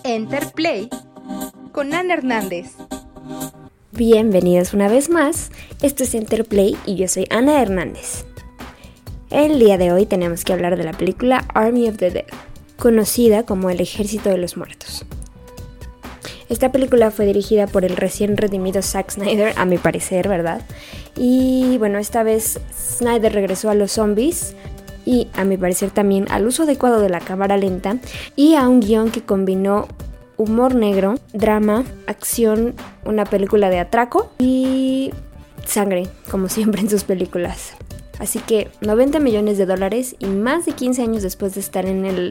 Enterplay con Ana Hernández. Bienvenidos una vez más, esto es Enterplay y yo soy Ana Hernández. El día de hoy tenemos que hablar de la película Army of the Dead, conocida como El Ejército de los Muertos. Esta película fue dirigida por el recién redimido Zack Snyder, a mi parecer, ¿verdad? Y bueno, esta vez Snyder regresó a los zombies y a mi parecer también al uso adecuado de la cámara lenta y a un guión que combinó humor negro, drama, acción, una película de atraco y sangre, como siempre en sus películas. Así que $90 millones y más de 15 años después de estar en el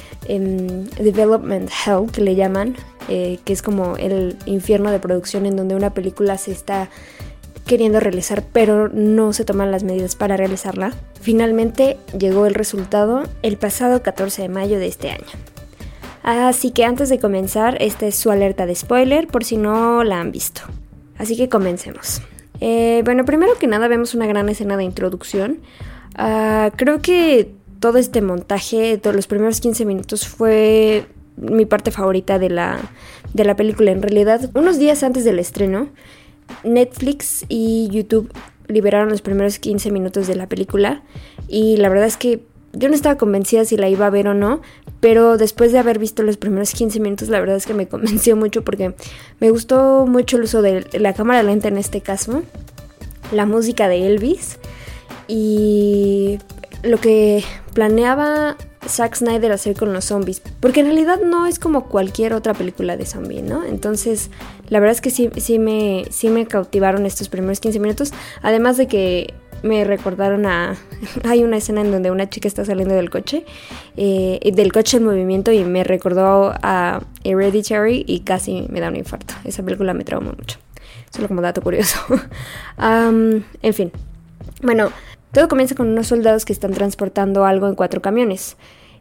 Development Hell, que le llaman, que es como el infierno de producción en donde una película se está queriendo realizar pero no se toman las medidas para realizarla. Finalmente llegó el resultado el pasado 14 de mayo de este año. Así que antes de comenzar, esta es su alerta de spoiler por si no la han visto. Así que comencemos. Bueno, primero que nada vemos una gran escena de introducción. Creo que todo este montaje, todos los primeros 15 minutos fue mi parte favorita de la película. En realidad, unos días antes del estreno, Netflix y YouTube liberaron los primeros 15 minutos de la película y la verdad es que yo no estaba convencida si la iba a ver o no, pero después de haber visto los primeros 15 minutos la verdad es que me convenció mucho porque me gustó mucho el uso de la cámara lenta en este caso, la música de Elvis y lo que planeaba Zack Snyder hacer con los zombies, porque en realidad no es como cualquier otra película de zombie, ¿no? Entonces, la verdad es que sí me cautivaron estos primeros 15 minutos, además de que me recordaron hay una escena en donde una chica está saliendo del coche en movimiento y me recordó a Hereditary y casi me da un infarto. Esa película me traumó mucho, solo como dato curioso. En fin, bueno, todo comienza con unos soldados que están transportando algo en 4 camiones.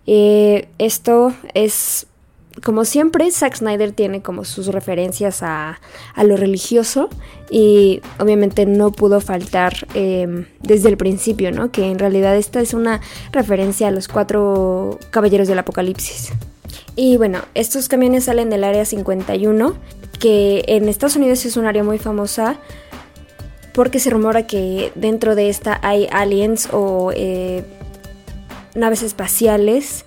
Esto es, como siempre, Zack Snyder tiene como sus referencias a lo religioso y obviamente no pudo faltar desde el principio, ¿no? Que en realidad esta es una referencia a los 4 caballeros del apocalipsis. Y bueno, estos camiones salen del área 51, que en Estados Unidos es un área muy famosa porque se rumora que dentro de esta hay aliens o naves espaciales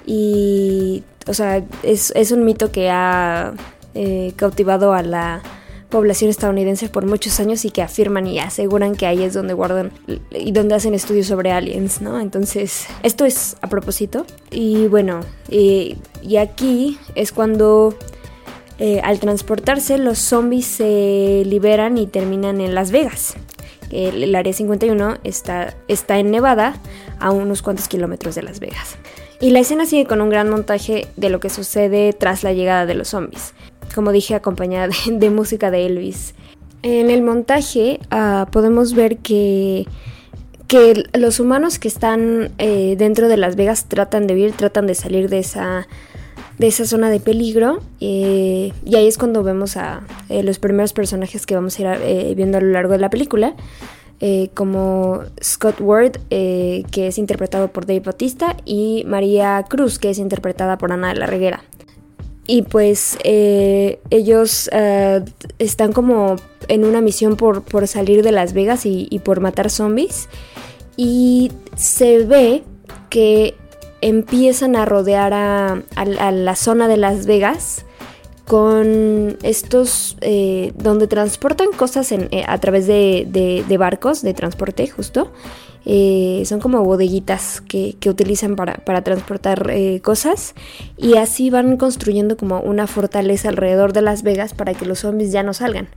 y, o sea, es un mito que ha cautivado a la población estadounidense por muchos años y que afirman y aseguran que ahí es donde guardan y donde hacen estudios sobre aliens, ¿no? Entonces, esto es a propósito. Y bueno, y aquí es cuando al transportarse los zombies se liberan y terminan en Las Vegas. El área 51 está en Nevada, a unos cuantos kilómetros de Las Vegas. Y la escena sigue con un gran montaje de lo que sucede tras la llegada de los zombies, como dije, acompañada de música de Elvis. En el montaje podemos ver que los humanos que están dentro de Las Vegas tratan de huir, tratan de salir de esa zona de peligro y ahí es cuando vemos a los primeros personajes que vamos a ir viendo a lo largo de la película, como Scott Ward, que es interpretado por Dave Bautista, y María Cruz, que es interpretada por Ana de la Reguera. Y pues ellos están como en una misión por salir de Las Vegas y por matar zombies, y se ve que empiezan a rodear a la zona de Las Vegas con estos donde transportan cosas a través de barcos de transporte, justo. Son como bodeguitas que utilizan para transportar cosas, y así van construyendo como una fortaleza alrededor de Las Vegas para que los zombies ya no salgan.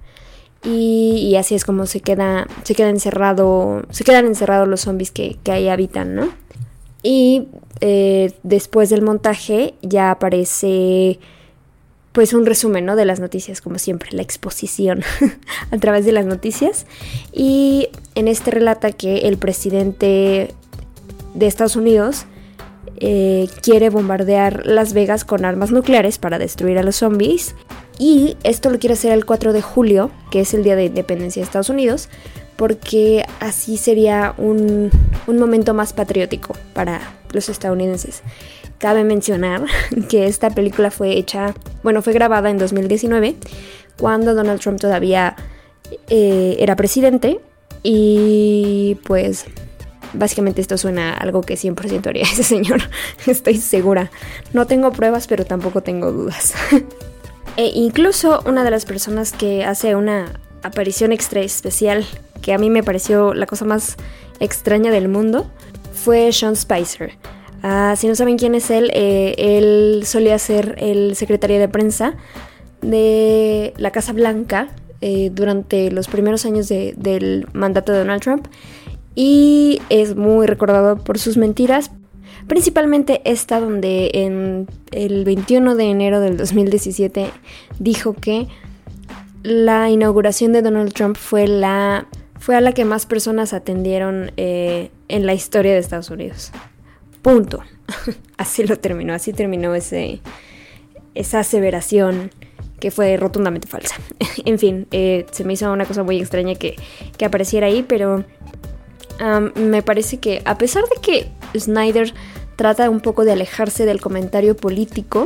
Y así es como se quedan encerrados los zombies que ahí habitan, ¿no? Y después del montaje ya aparece pues un resumen, ¿no?, de las noticias, como siempre, la exposición a través de las noticias. Y en este relata que el presidente de Estados Unidos quiere bombardear Las Vegas con armas nucleares para destruir a los zombies. Y esto lo quiere hacer el 4 de julio, que es el día de independencia de Estados Unidos, porque así sería un momento más patriótico para los estadounidenses. Cabe mencionar que esta película fue grabada en 2019, cuando Donald Trump todavía era presidente, y pues básicamente esto suena a algo que 100% haría ese señor, estoy segura. No tengo pruebas, pero tampoco tengo dudas. E incluso una de las personas que hace una aparición extra especial, que a mí me pareció la cosa más extraña del mundo, fue Sean Spicer. Si no saben quién es él solía ser el secretario de prensa de la Casa Blanca durante los primeros años del mandato de Donald Trump, y es muy recordado por sus mentiras, principalmente esta donde en el 21 de enero del 2017 dijo que la inauguración de Donald Trump fue a la que más personas atendieron en la historia de Estados Unidos. Punto. Así terminó esa aseveración que fue rotundamente falsa. En fin, se me hizo una cosa muy extraña que apareciera ahí, pero me parece que a pesar de que Snyder trata un poco de alejarse del comentario político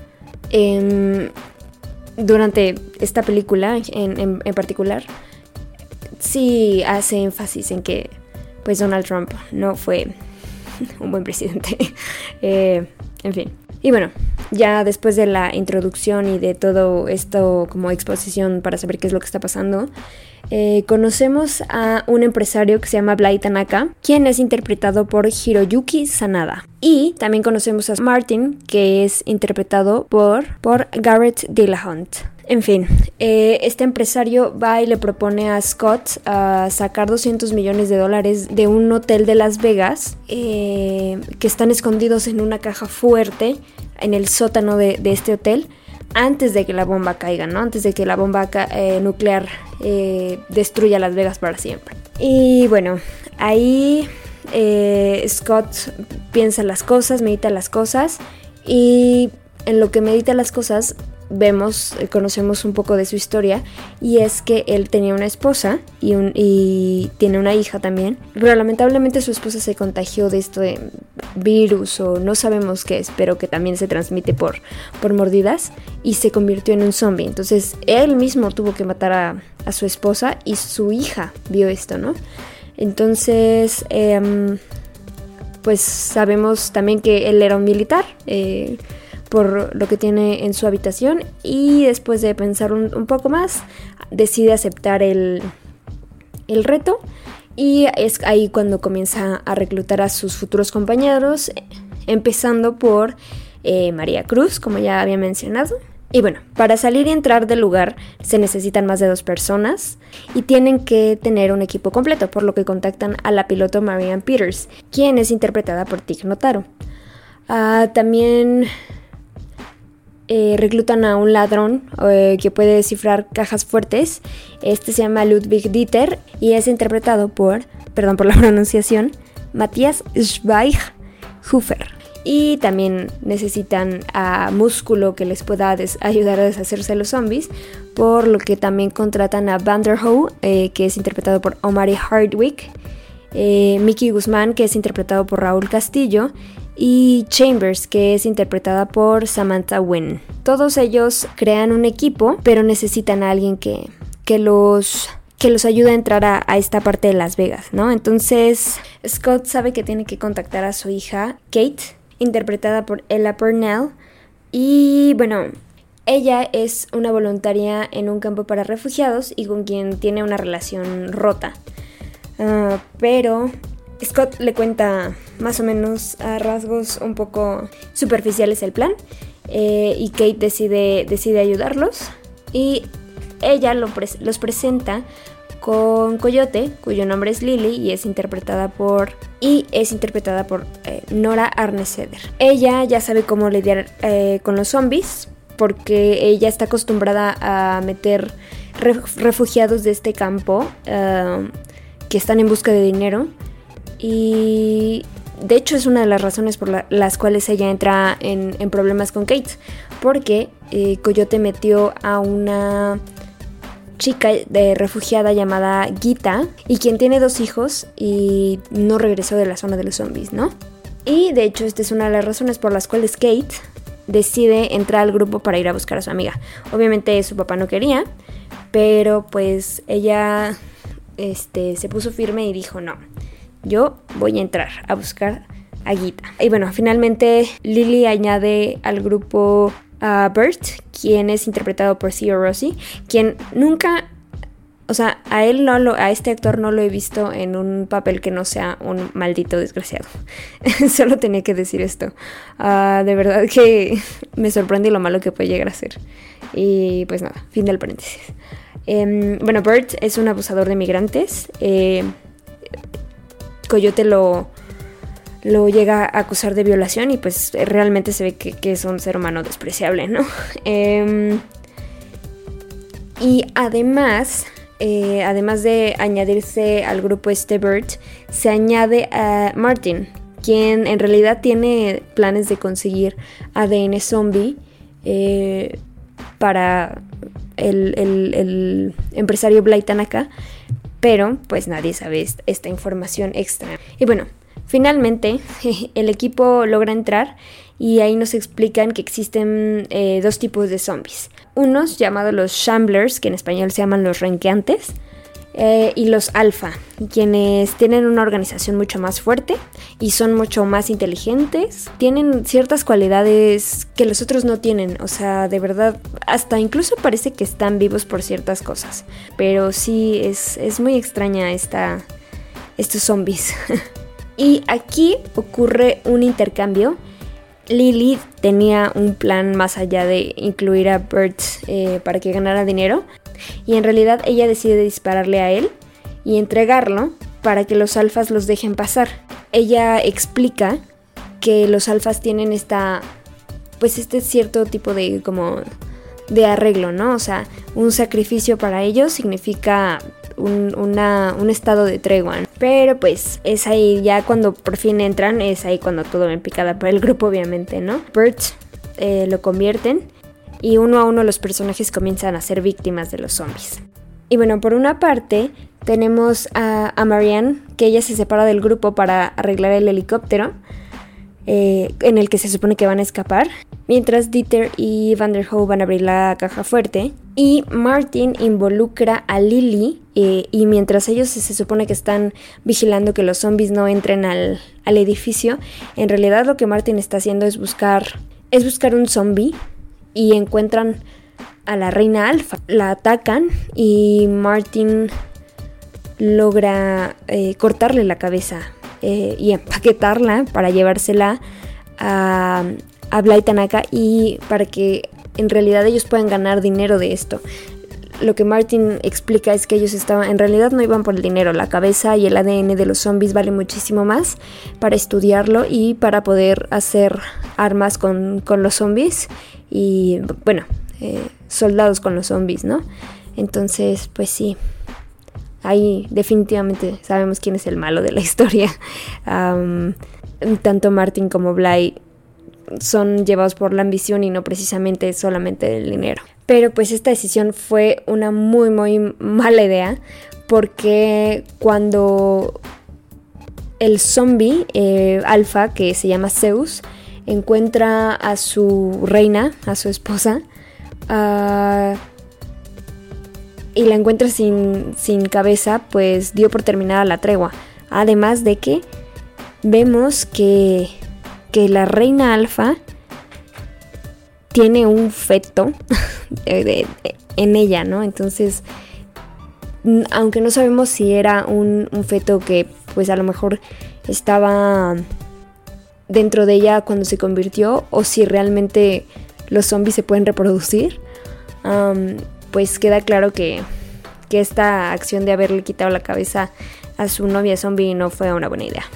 durante esta película en particular, sí hace énfasis en que pues Donald Trump no fue un buen presidente. En fin. Y bueno, ya después de la introducción y de todo esto como exposición para saber qué es lo que está pasando, conocemos a un empresario que se llama Bly Tanaka, quien es interpretado por Hiroyuki Sanada. Y también conocemos a Martin, que es interpretado por Garrett Dillahunt. En fin, este empresario va y le propone a Scott sacar $200 millones de un hotel de Las Vegas que están escondidos en una caja fuerte en el sótano de este hotel, antes de que la bomba caiga, ¿no? Antes de que la bomba nuclear destruya Las Vegas para siempre. Y bueno, ahí Scott piensa las cosas, medita las cosas, y en lo que medita las cosas conocemos un poco de su historia, y es que él tenía una esposa y tiene una hija también, pero lamentablemente su esposa se contagió de este virus, o no sabemos qué es, pero que también se transmite por mordidas, y se convirtió en un zombie. Entonces él mismo tuvo que matar a su esposa, y su hija vio esto, ¿no? Entonces pues sabemos también que él era un militar, por lo que tiene en su habitación, y después de pensar un poco más decide aceptar el reto, y es ahí cuando comienza a reclutar a sus futuros compañeros, empezando por María Cruz, como ya había mencionado. Y bueno, para salir y entrar del lugar se necesitan más de 2 personas y tienen que tener un equipo completo, por lo que contactan a la piloto Marianne Peters, quien es interpretada por Tig Notaro. También reclutan a un ladrón que puede descifrar cajas fuertes. Este se llama Ludwig Dieter y es interpretado por, perdón por la pronunciación, Matthias Schweighofer. Y también necesitan a músculo que les pueda ayudar a deshacerse de los zombies, por lo que también contratan a Vanderhoof, que es interpretado por Omari Hardwick, Mickey Guzmán, que es interpretado por Raúl Castillo, y Chambers, que es interpretada por Samantha Wynn. Todos ellos crean un equipo, pero necesitan a alguien que los ayude a entrar a esta parte de Las Vegas, ¿no? Entonces Scott sabe que tiene que contactar a su hija Kate, interpretada por Ella Purnell, y bueno, ella es una voluntaria en un campo para refugiados y con quien tiene una relación rota, pero Scott le cuenta más o menos a rasgos un poco superficiales el plan, y Kate decide ayudarlos, y ella los presenta con Coyote, cuyo nombre es Lily y es interpretada por Nora Arnesen. Ella ya sabe cómo lidiar con los zombies, porque ella está acostumbrada a meter refugiados de este campo que están en busca de dinero, y de hecho es una de las razones por las cuales ella entra en problemas con Kate, porque Coyote metió a una chica de refugiada llamada Gita, y quien tiene 2 hijos y no regresó de la zona de los zombies, ¿no? Y de hecho esta es una de las razones por las cuales Kate decide entrar al grupo para ir a buscar a su amiga. Obviamente su papá no quería, pero pues ella se puso firme y dijo no, yo voy a entrar a buscar a Gita. Y bueno, finalmente Lily añade al grupo a Bert, quien es interpretado por Theo Rossi, quien nunca... O sea, a este actor no lo he visto en un papel que no sea un maldito desgraciado. Solo tenía que decir esto. De verdad que me sorprende lo malo que puede llegar a ser. Y pues nada, fin del paréntesis. Bueno, Bert es un abusador de migrantes. Coyote lo llega a acusar de violación y pues realmente se ve que es un ser humano despreciable, ¿no? Y además de añadirse al grupo Bert, se añade a Martin, quien en realidad tiene planes de conseguir ADN zombie para el empresario Bly Tanaka, pero pues nadie sabe esta información extra. Y bueno, finalmente el equipo logra entrar y ahí nos explican que existen dos tipos de zombies. Unos llamados los Shamblers, que en español se llaman los renqueantes, y los Alpha, quienes tienen una organización mucho más fuerte y son mucho más inteligentes. Tienen ciertas cualidades que los otros no tienen, o sea, de verdad, hasta incluso parece que están vivos por ciertas cosas. Pero sí, es muy extraña estos zombies. Y aquí ocurre un intercambio. Lily tenía un plan más allá de incluir a Bert para que ganara dinero, y en realidad ella decide dispararle a él y entregarlo para que los alfas los dejen pasar. Ella explica que los alfas tienen este cierto tipo de de arreglo, ¿no? O sea, un sacrificio para ellos significa un estado de tregua, ¿no? Pero pues es ahí, ya cuando por fin entran, es ahí cuando todo va en picada para el grupo, obviamente, ¿no? Bert lo convierten y uno a uno los personajes comienzan a ser víctimas de los zombies. Y bueno, por una parte tenemos a Marianne, que ella se separa del grupo para arreglar el helicóptero en el que se supone que van a escapar, mientras Dieter y Van der Hoe van a abrir la caja fuerte, y Martin involucra a Lily y mientras ellos se supone que están vigilando que los zombies no entren al edificio, en realidad lo que Martin está haciendo es buscar un zombie, y encuentran a la reina alfa. La atacan y Martin logra cortarle la cabeza y empaquetarla para llevársela a Bly Tanaka, y para que en realidad ellos puedan ganar dinero de esto. Lo que Martin explica es que ellos en realidad no iban por el dinero. La cabeza y el ADN de los zombies vale muchísimo más para estudiarlo y para poder hacer armas con los zombies y, bueno, soldados con los zombies, ¿no? Entonces, pues sí, ahí definitivamente sabemos quién es el malo de la historia. Tanto Martin como Bly son llevados por la ambición y no precisamente solamente el dinero. Pero pues esta decisión fue una muy muy mala idea, porque cuando el zombie alfa, que se llama Zeus, encuentra a su reina, a su esposa, y la encuentra sin cabeza, pues dio por terminada la tregua. Además de que vemos que la reina alfa tiene un feto en ella, ¿no? Entonces, aunque no sabemos si era un feto que pues a lo mejor estaba dentro de ella cuando se convirtió, o si realmente los zombies se pueden reproducir, pues queda claro que esta acción de haberle quitado la cabeza a su novia zombie no fue una buena idea.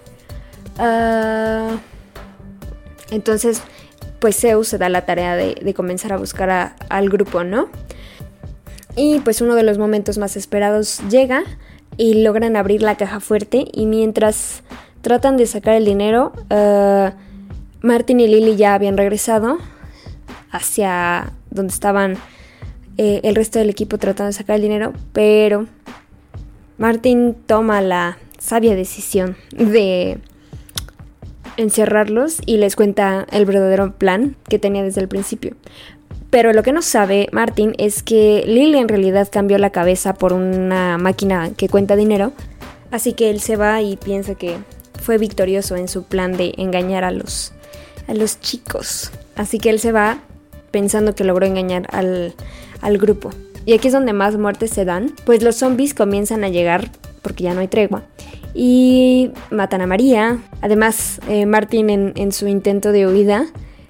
Entonces, pues Zeus se da la tarea de comenzar a buscar al grupo, ¿no? Y pues uno de los momentos más esperados llega y logran abrir la caja fuerte, y mientras tratan de sacar el dinero, Martin y Lily ya habían regresado hacia donde estaban el resto del equipo tratando de sacar el dinero, pero Martin toma la sabia decisión de encerrarlos y les cuenta el verdadero plan que tenía desde el principio. Pero lo que no sabe Martin es que Lily en realidad cambió la cabeza por una máquina que cuenta dinero. Así que él se va y piensa que fue victorioso en su plan de engañar a los chicos. Así que él se va pensando que logró engañar al grupo. Y aquí es donde más muertes se dan, pues los zombies comienzan a llegar porque ya no hay tregua. Y matan a María. Además, Martin en su intento de huida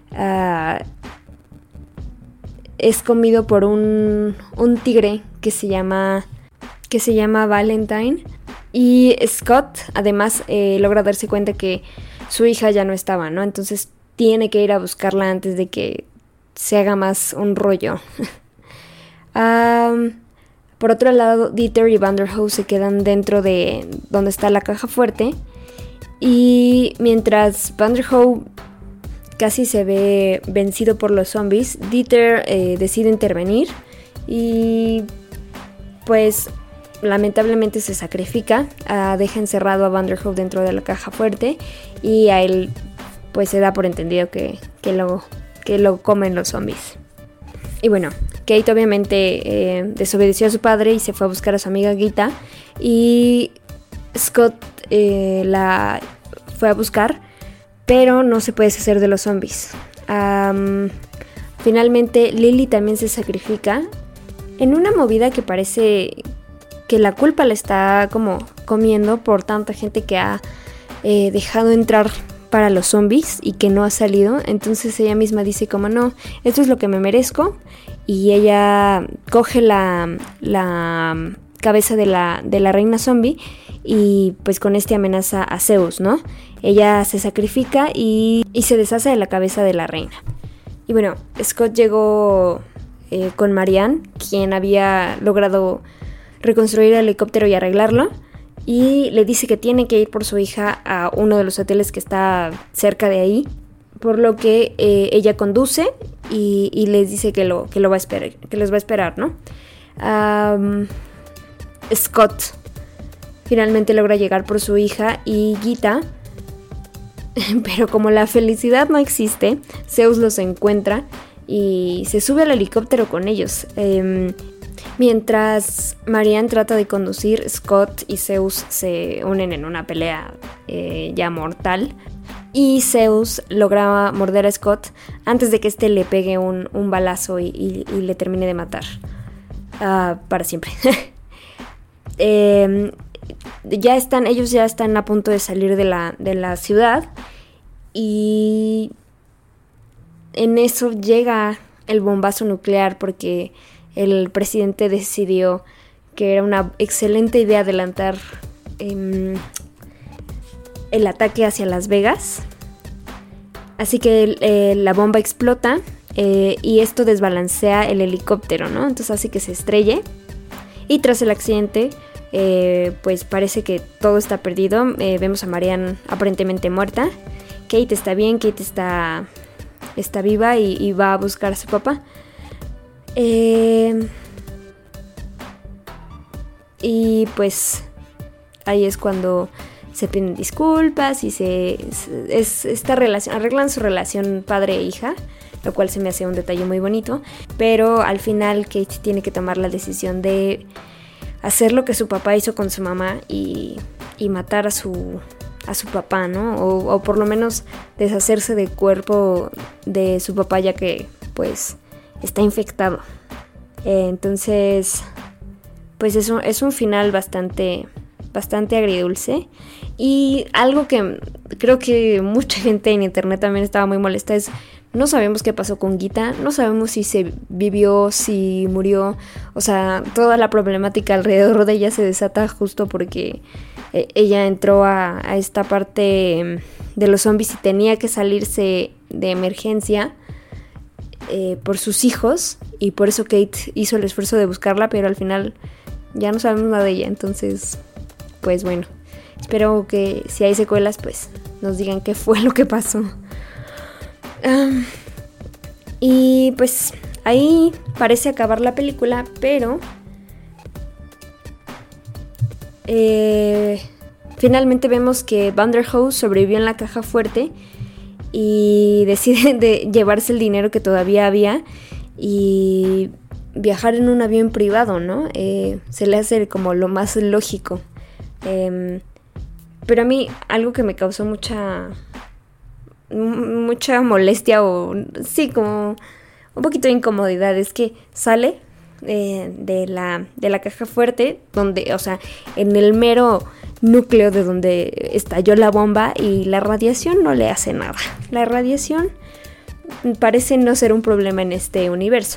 es comido por un tigre que se llama Valentine. Y Scott además logra darse cuenta que su hija ya no estaba, ¿no? Entonces tiene que ir a buscarla antes de que se haga más un rollo. Por otro lado, Dieter y Vanderhoof se quedan dentro de donde está la caja fuerte. Y mientras Vanderhoof casi se ve vencido por los zombies, Dieter decide intervenir y pues lamentablemente se sacrifica, deja encerrado a Vanderhoof dentro de la caja fuerte y a él pues se da por entendido que lo comen los zombies. Y bueno, Kate obviamente desobedeció a su padre y se fue a buscar a su amiga Gita, y Scott la fue a buscar, pero no se puede deshacer de los zombies. Finalmente Lily también se sacrifica en una movida que parece que la culpa la está como comiendo por tanta gente que ha dejado entrar para los zombies y que no ha salido. Entonces ella misma dice como no, esto es lo que me merezco, y ella coge la cabeza de la reina zombie y pues con amenaza a Zeus, ¿no? Ella se sacrifica y se deshace de la cabeza de la reina. Y bueno, Scott llegó con Marianne, quien había logrado reconstruir el helicóptero y arreglarlo, y le dice que tiene que ir por su hija a uno de los hoteles que está cerca de ahí, por lo que ella conduce y les dice que lo va a esperar, que los va a esperar, ¿no? Scott finalmente logra llegar por su hija y Gita, pero como la felicidad no existe, Zeus los encuentra y se sube al helicóptero con ellos. Mientras Marianne trata de conducir, Scott y Zeus se unen en una pelea ya mortal, y Zeus logra morder a Scott antes de que éste le pegue un balazo y le termine de matar para siempre. Ellos ya están a punto de salir de la ciudad, y en eso llega el bombazo nuclear porque el presidente decidió que era una excelente idea adelantar el ataque hacia Las Vegas. Así que la bomba explota y esto desbalancea el helicóptero, ¿no? Entonces hace que se estrelle, y tras el accidente pues parece que todo está perdido. Vemos a Marianne aparentemente muerta. Kate está bien, Kate está viva y va a buscar a su papá. Y pues ahí es cuando se piden disculpas y arreglan su relación padre e hija, lo cual se me hace un detalle muy bonito. Pero al final Kate tiene que tomar la decisión de hacer lo que su papá hizo con su mamá y matar a su papá, ¿no? O por lo menos deshacerse del cuerpo de su papá, ya que pues está infectado. Entonces pues es un final bastante agridulce. Y algo que creo que mucha gente en internet también estaba muy molesta es: no sabemos qué pasó con Gita, no sabemos si se vivió, si murió. O sea, toda la problemática alrededor de ella se desata justo porque ella entró a esta parte de los zombies y tenía que salirse de emergencia por sus hijos, y por eso Kate hizo el esfuerzo de buscarla, pero al final ya no sabemos nada de ella. Entonces pues bueno, espero que si hay secuelas pues nos digan qué fue lo que pasó. Y pues ahí parece acabar la película, pero Finalmente vemos que Vanderhoof sobrevivió en la caja fuerte y decide de llevarse el dinero que todavía había y viajar en un avión privado, ¿no? Se le hace como lo más lógico. Pero a mí algo que me causó mucha molestia o sí, como un poquito de incomodidad es que sale de la caja fuerte, donde, o sea, en el mero núcleo de donde estalló la bomba, y la radiación no le hace nada. La radiación parece no ser un problema en este universo.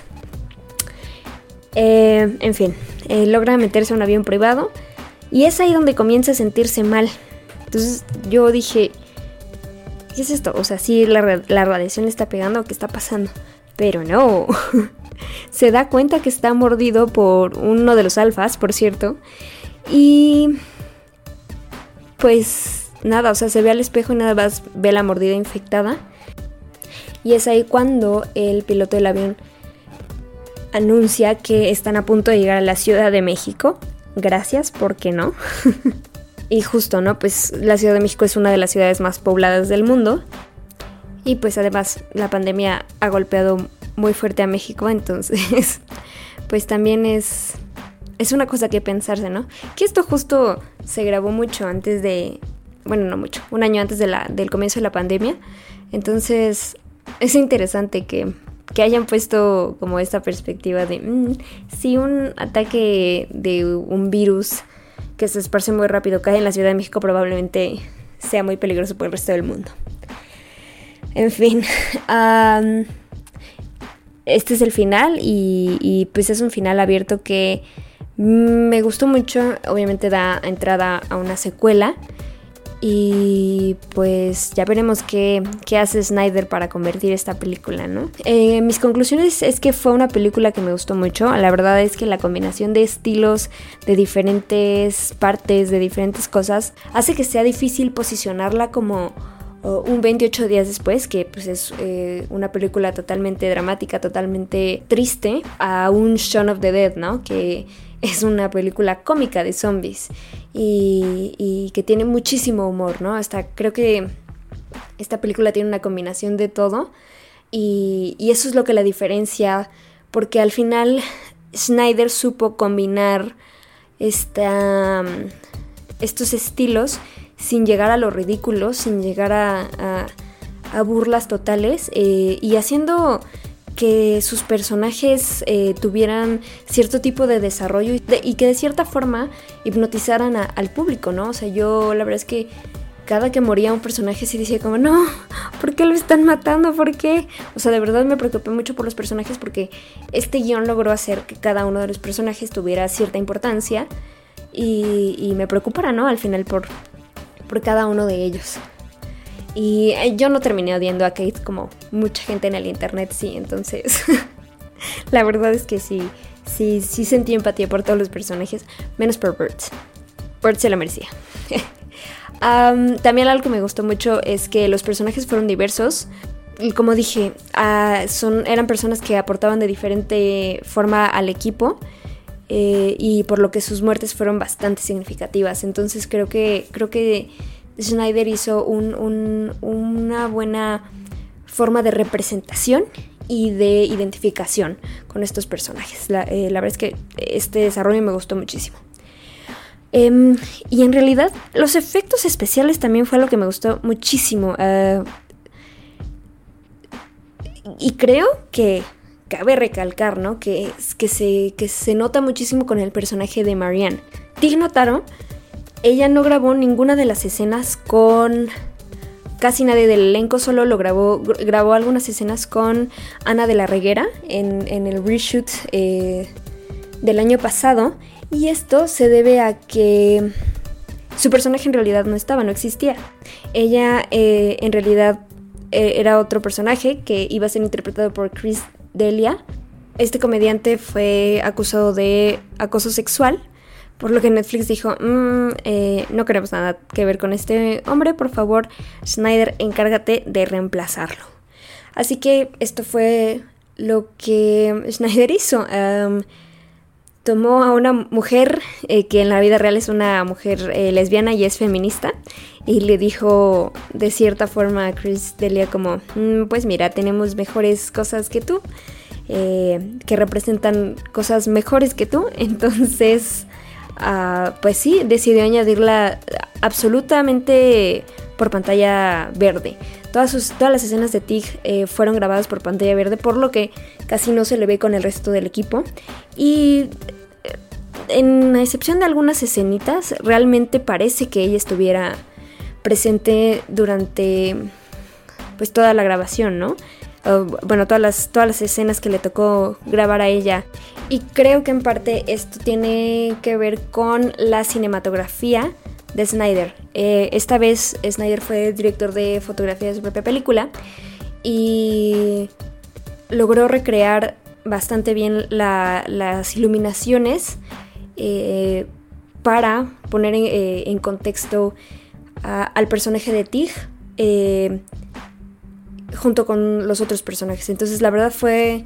En fin, logra meterse a un avión privado y es ahí donde comienza a sentirse mal. Entonces yo dije, ¿qué es esto? O sea, sí, la radiación le está pegando, ¿qué está pasando? Pero no, se da cuenta que está mordido por uno de los alfas, por cierto, y pues nada, o sea, se ve al espejo y nada más ve la mordida infectada. Y es ahí cuando el piloto del avión anuncia que están a punto de llegar a la Ciudad de México. Gracias, ¿por qué no? Y justo, ¿no? Pues la Ciudad de México es una de las ciudades más pobladas del mundo. Y pues además la pandemia ha golpeado muy fuerte a México, entonces pues también es una cosa que pensarse, ¿no? Que esto justo se grabó mucho antes de, bueno, no mucho, un año antes del comienzo de la pandemia. Entonces es interesante que hayan puesto como esta perspectiva de si un ataque de un virus que se esparce muy rápido cae en la Ciudad de México, probablemente sea muy peligroso por el resto del mundo. En fin, este es el final y pues es un final abierto que me gustó mucho. Obviamente da entrada a una secuela y pues ya veremos qué hace Snyder para convertir esta película, ¿no? Mis conclusiones es que fue una película que me gustó mucho. La verdad es que la combinación de estilos de diferentes partes, de diferentes cosas, hace que sea difícil posicionarla como un 28 días después, que pues es una película totalmente dramática, totalmente triste, a un Shaun of the Dead, ¿no? Que es una película cómica de zombies y que tiene muchísimo humor, ¿no? Hasta creo que esta película tiene una combinación de todo y eso es lo que la diferencia, porque al final Snyder supo combinar estos estilos sin llegar a lo ridículo, sin llegar a burlas totales, y haciendo que sus personajes tuvieran cierto tipo de desarrollo y que de cierta forma hipnotizaran al público, ¿no? O sea, yo la verdad es que cada que moría un personaje sí decía como, no, ¿por qué lo están matando? ¿Por qué? O sea, de verdad me preocupé mucho por los personajes porque este guión logró hacer que cada uno de los personajes tuviera cierta importancia y me preocupara, ¿no? Al final por cada uno de ellos. Y yo no terminé odiando a Kate como mucha gente en el internet, sí, entonces la verdad es que sí sentí empatía por todos los personajes, menos por Bert. Bert se lo merecía. También algo que me gustó mucho es que los personajes fueron diversos. Y como dije, eran personas que aportaban de diferente forma al equipo, y por lo que sus muertes fueron bastante significativas. Entonces creo que Snyder hizo una buena forma de representación y de identificación con estos personajes. La verdad es que este desarrollo me gustó muchísimo. Y en realidad los efectos especiales también fue algo que me gustó muchísimo. Y creo que cabe recalcar, ¿no? que se nota muchísimo con el personaje de Marianne. Tig Notaro, ella no grabó ninguna de las escenas con casi nadie del elenco, solo grabó algunas escenas con Ana de la Reguera en el reshoot del año pasado, y esto se debe a que su personaje en realidad no existía. Ella en realidad era otro personaje que iba a ser interpretado por Chris D'Elia. Este comediante fue acusado de acoso sexual, por lo que Netflix dijo, no queremos nada que ver con este hombre, por favor, Snyder, encárgate de reemplazarlo. Así que esto fue lo que Snyder hizo. tomó a una mujer que en la vida real es una mujer lesbiana y es feminista, y le dijo de cierta forma a Chris D'Elia como, pues mira, tenemos mejores cosas que tú, que representan cosas mejores que tú. Entonces, pues sí, decidió añadirla absolutamente por pantalla verde. Todas las escenas de Tig fueron grabadas por pantalla verde, por lo que casi no se le ve con el resto del equipo. Y en excepción de algunas escenitas, realmente parece que ella estuviera presente durante pues toda la grabación, ¿no? Bueno, todas las escenas que le tocó grabar a ella. Y creo que en parte esto tiene que ver con la cinematografía de Snyder. Esta vez Snyder fue director de fotografía de su propia película y logró recrear bastante bien las iluminaciones para poner en contexto al personaje de Tig junto con los otros personajes. Entonces la verdad fue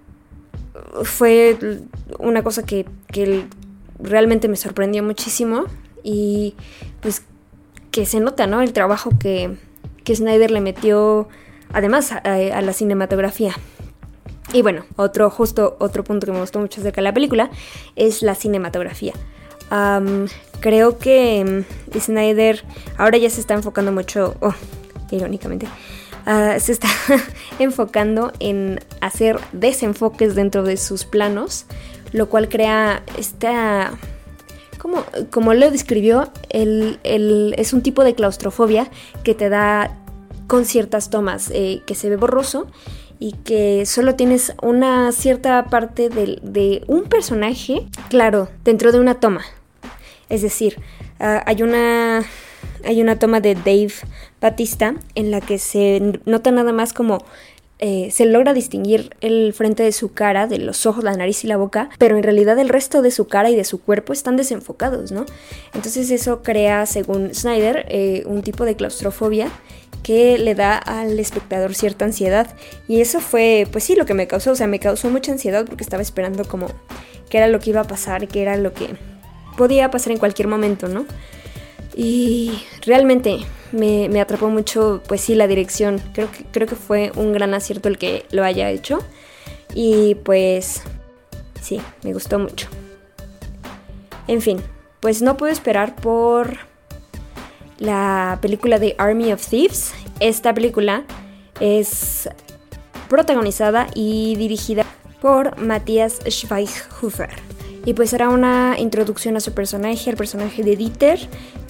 una cosa que realmente me sorprendió muchísimo, y pues que se nota, ¿no? El trabajo que Snyder le metió además a la cinematografía. Y bueno, otro punto que me gustó mucho acerca de la película es la cinematografía. Creo que Snyder ahora ya se está enfocando mucho, irónicamente, se está enfocando en hacer desenfoques dentro de sus planos, lo cual crea esta... Como lo describió, es un tipo de claustrofobia que te da con ciertas tomas, que se ve borroso y que solo tienes una cierta parte de un personaje, claro, dentro de una toma. Es decir, hay una toma de Dave Bautista en la que se nota nada más como se logra distinguir el frente de su cara, de los ojos, la nariz y la boca, pero en realidad el resto de su cara y de su cuerpo están desenfocados, ¿no? Entonces eso crea, según Snyder, un tipo de claustrofobia que le da al espectador cierta ansiedad. Y eso fue, pues sí, lo que me causó. O sea, me causó mucha ansiedad porque estaba esperando como qué era lo que iba a pasar, qué era lo que podía pasar en cualquier momento, ¿no? Y realmente me atrapó mucho, pues sí, la dirección. Creo que fue un gran acierto el que lo haya hecho. Y pues sí, me gustó mucho. En fin, pues no puedo esperar por la película de Army of Thieves. Esta película es protagonizada y dirigida por Matthias Schweighöfer. Y pues será una introducción a su personaje, el personaje de Dieter,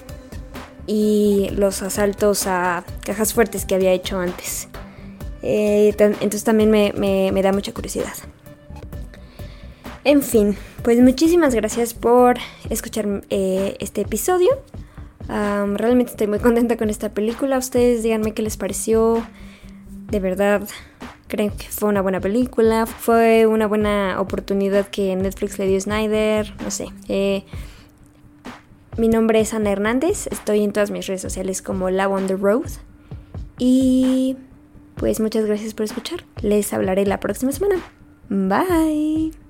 y los asaltos a cajas fuertes que había hecho antes. Entonces también me da mucha curiosidad. En fin, pues muchísimas gracias por escuchar este episodio. Realmente estoy muy contenta con esta película. Ustedes díganme qué les pareció. De verdad, ¿creen que fue una buena película? ¿Fue una buena oportunidad que Netflix le dio a Snyder? No sé. Mi nombre es Ana Hernández. Estoy en todas mis redes sociales como Love on the Road. Y pues muchas gracias por escuchar. Les hablaré la próxima semana. Bye.